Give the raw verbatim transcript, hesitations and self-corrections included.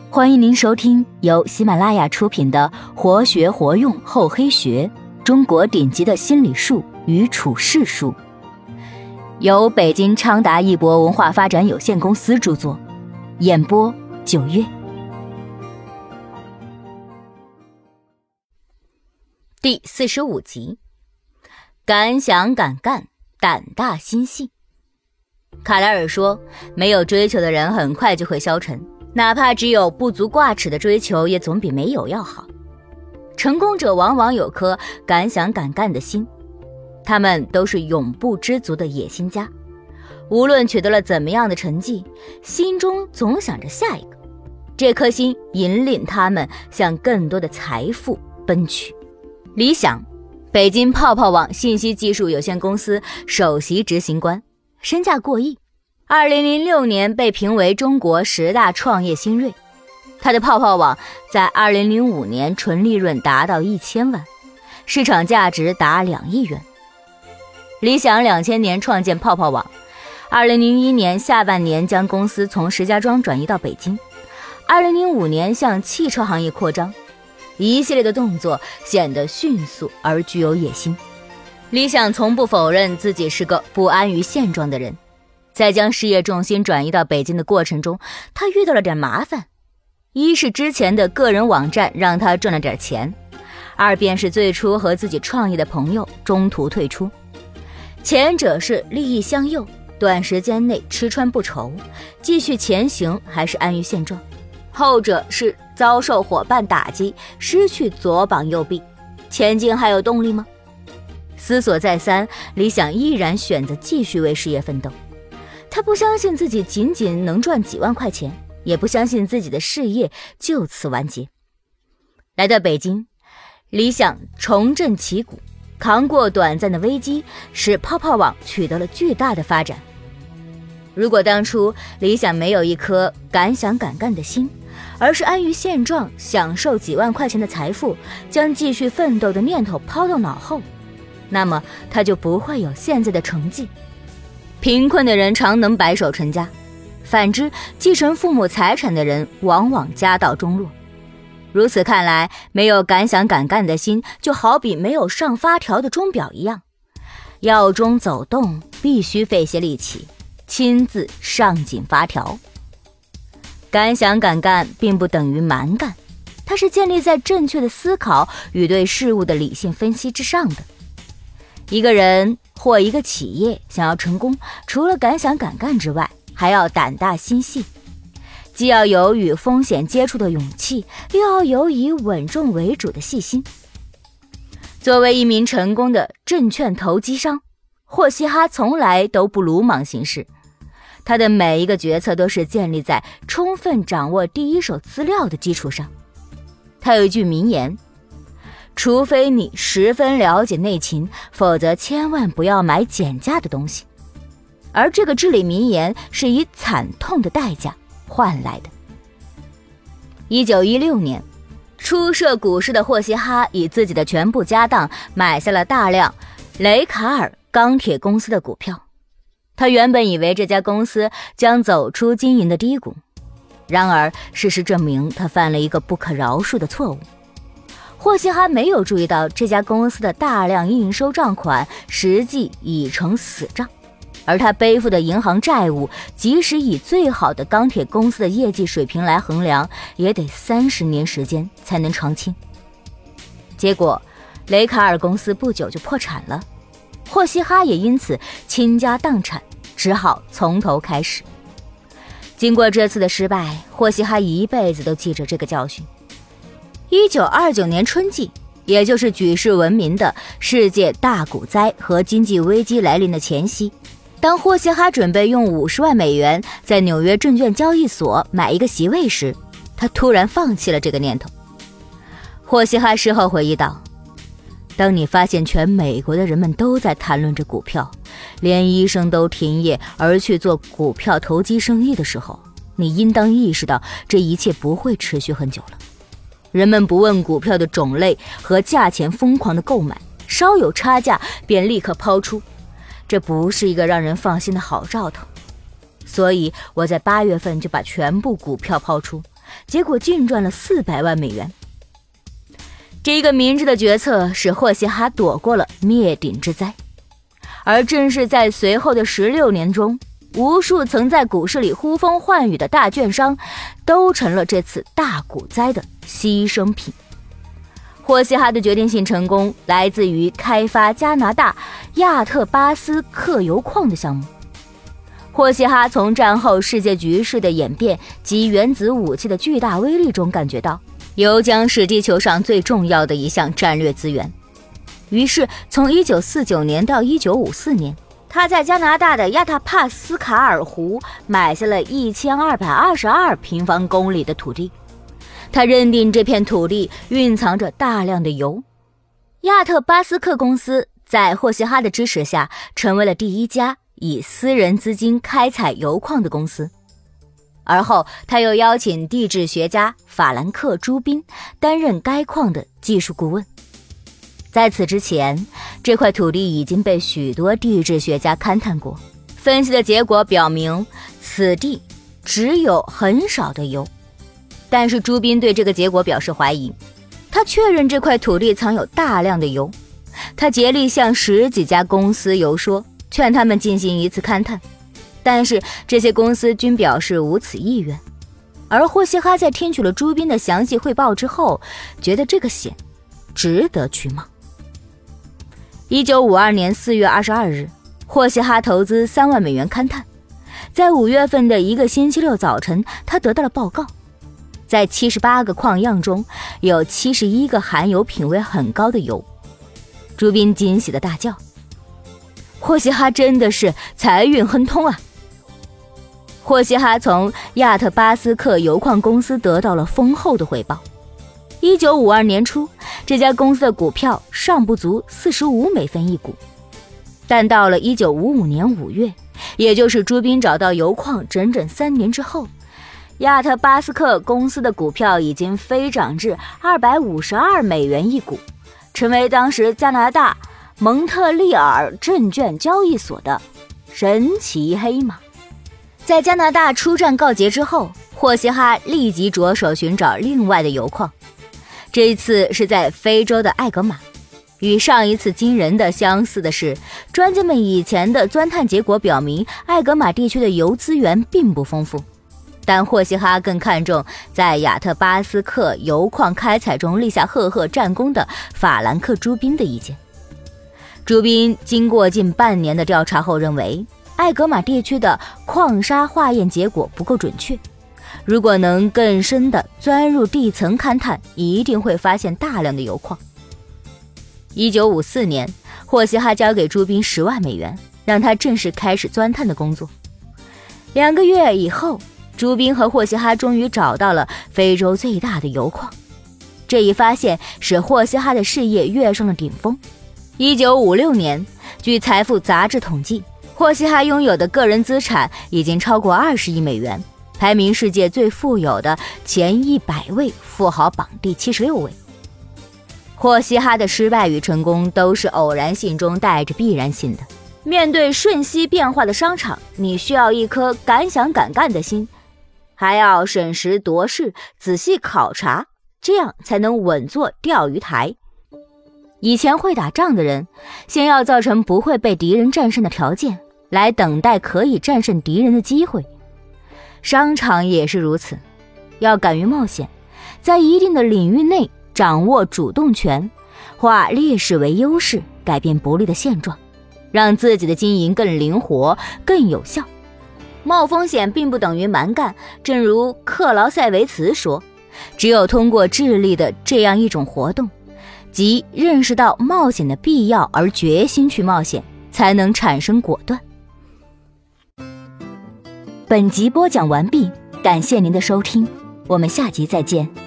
欢迎您收听由喜马拉雅出品的《活学活用厚黑学：中国顶级的心理术与处世术》，由北京昌达一博文化发展有限公司著作，演播九月。第四十五集，敢想敢干，胆大心细。卡莱尔说，没有追求的人很快就会消沉，哪怕只有不足挂齿的追求，也总比没有要好。成功者往往有颗敢想敢干的心，他们都是永不知足的野心家，无论取得了怎么样的成绩，心中总想着下一个，这颗心引领他们向更多的财富奔去。理想，北京泡泡网信息技术有限公司首席执行官，身价过亿，二零零六年被评为中国十大创业新锐。他的泡泡网在二零零五年纯利润达到一千万，市场价值达两亿元。理想两千年创建泡泡网，二零零一年下半年将公司从石家庄转移到北京，二零零五年向汽车行业扩张，一系列的动作显得迅速而具有野心。理想从不否认自己是个不安于现状的人，在将事业重心转移到北京的过程中，他遇到了点麻烦。一是之前的个人网站让他赚了点钱，二便是最初和自己创业的朋友中途退出。前者是利益相诱，短时间内吃穿不愁，继续前行还是安于现状；后者是遭受伙伴打击，失去左膀右臂，前进还有动力吗？思索再三，理想依然选择继续为事业奋斗。他不相信自己仅仅能赚几万块钱，也不相信自己的事业就此完结。来到北京，理想重振旗鼓，扛过短暂的危机，使泡泡网取得了巨大的发展。如果当初理想没有一颗敢想敢干的心，而是安于现状，享受几万块钱的财富，将继续奋斗的念头抛到脑后，那么他就不会有现在的成绩。贫困的人常能白手成家，反之，继承父母财产的人往往家道中落。如此看来，没有敢想敢干的心，就好比没有上发条的钟表一样，要钟走动必须费些力气，亲自上紧发条。敢想敢干并不等于蛮干，它是建立在正确的思考与对事物的理性分析之上的。一个人或一个企业想要成功，除了敢想敢干之外，还要胆大心细，既要有与风险接触的勇气，又要有以稳重为主的细心。作为一名成功的证券投机商，霍希哈从来都不鲁莽行事，他的每一个决策都是建立在充分掌握第一手资料的基础上。他有一句名言，除非你十分了解内情，否则千万不要买减价的东西。而这个至理名言是以惨痛的代价换来的。一九一六年，初涉股市的霍希哈以自己的全部家当买下了大量雷卡尔钢铁公司的股票。他原本以为这家公司将走出经营的低谷，然而事实证明他犯了一个不可饶恕的错误。霍希哈没有注意到这家公司的大量应收账款实际已成死账，而他背负的银行债务，即使以最好的钢铁公司的业绩水平来衡量，也得三十年时间才能偿清。结果雷卡尔公司不久就破产了，霍希哈也因此倾家荡产，只好从头开始。经过这次的失败，霍希哈一辈子都记着这个教训。一九二九年春季，也就是举世闻名的世界大股灾和经济危机来临的前夕，当霍希哈准备用五十万美元在纽约证券交易所买一个席位时，他突然放弃了这个念头。霍希哈事后回忆道，当你发现全美国的人们都在谈论着股票，连医生都停业而去做股票投机生意的时候，你应当意识到这一切不会持续很久了。人们不问股票的种类和价钱疯狂的购买，稍有差价便立刻抛出，这不是一个让人放心的好兆头。所以我在八月份就把全部股票抛出， 结果净赚了四百万美元。这个明智的决策使霍希哈躲过了灭顶之灾，而正是在随后的十六年中，无数曾在股市里呼风唤雨的大券商都成了这次大股灾的牺牲品。霍希哈的决定性成功来自于开发加拿大亚特巴斯克油矿的项目。霍希哈从战后世界局势的演变及原子武器的巨大威力中感觉到，油将是地球上最重要的一项战略资源。于是从一九四九年到一九五四年，他在加拿大的亚特帕斯卡尔湖买下了一千二百二十二平方公里的土地。他认定这片土地蕴藏着大量的油。亚特巴斯克公司在霍希哈的支持下，成为了第一家以私人资金开采油矿的公司。而后他又邀请地质学家法兰克·朱宾担任该矿的技术顾问。在此之前，这块土地已经被许多地质学家勘探过，分析的结果表明此地只有很少的油。但是朱宾对这个结果表示怀疑，他确认这块土地藏有大量的油。他竭力向十几家公司游说，劝他们进行一次勘探，但是这些公司均表示无此意愿。而霍希哈在听取了朱宾的详细汇报之后，觉得这个险值得去冒。一九五二年四月二十二日，霍希哈投资三万美元勘探。在五月份的一个星期六早晨，他得到了报告，在七十八个矿样中有七十一个含有品位很高的油。朱宾惊喜地大叫，霍希哈真的是财运亨通啊！霍希哈从亚特巴斯克油矿公司得到了丰厚的回报。一九五二年初，这家公司的股票尚不足四十五美分一股，但到了一九五五年五月，也就是朱宾找到油矿整整三年之后，亚特巴斯克公司的股票已经飞涨至二百五十二美元一股，成为当时加拿大蒙特利尔证券交易所的神奇黑马。在加拿大出战告捷之后，霍希哈立即着手寻找另外的油矿。这一次是在非洲的艾格玛。与上一次惊人的相似的是，专家们以前的钻探结果表明，艾格玛地区的油资源并不丰富。但霍希哈更看重在亚特巴斯克油矿开采中立下赫赫战功的法兰克·朱宾的意见。朱宾经过近半年的调查后认为，艾格玛地区的矿砂化验结果不够准确，如果能更深地钻入地层勘探，一定会发现大量的油矿。一九五四年，霍希哈交给朱宾十万美元，让他正式开始钻探的工作。两个月以后，朱宾和霍希哈终于找到了非洲最大的油矿。这一发现使霍希哈的事业跃上了顶峰。一九五六年，据财富杂志统计，霍希哈拥有的个人资产已经超过二十亿美元，排名世界最富有的前一百位富豪榜第七十六位。霍希哈的失败与成功都是偶然性中带着必然性的。面对瞬息变化的商场，你需要一颗敢想敢干的心，还要审时度势，仔细考察，这样才能稳坐钓鱼台。以前会打仗的人，先要造成不会被敌人战胜的条件，来等待可以战胜敌人的机会。商场也是如此，要敢于冒险，在一定的领域内掌握主动权，化劣势为优势，改变不利的现状，让自己的经营更灵活、更有效。冒风险并不等于蛮干，正如克劳塞维茨说，只有通过智力的这样一种活动，即认识到冒险的必要而决心去冒险，才能产生果断。本集播讲完毕，感谢您的收听，我们下集再见。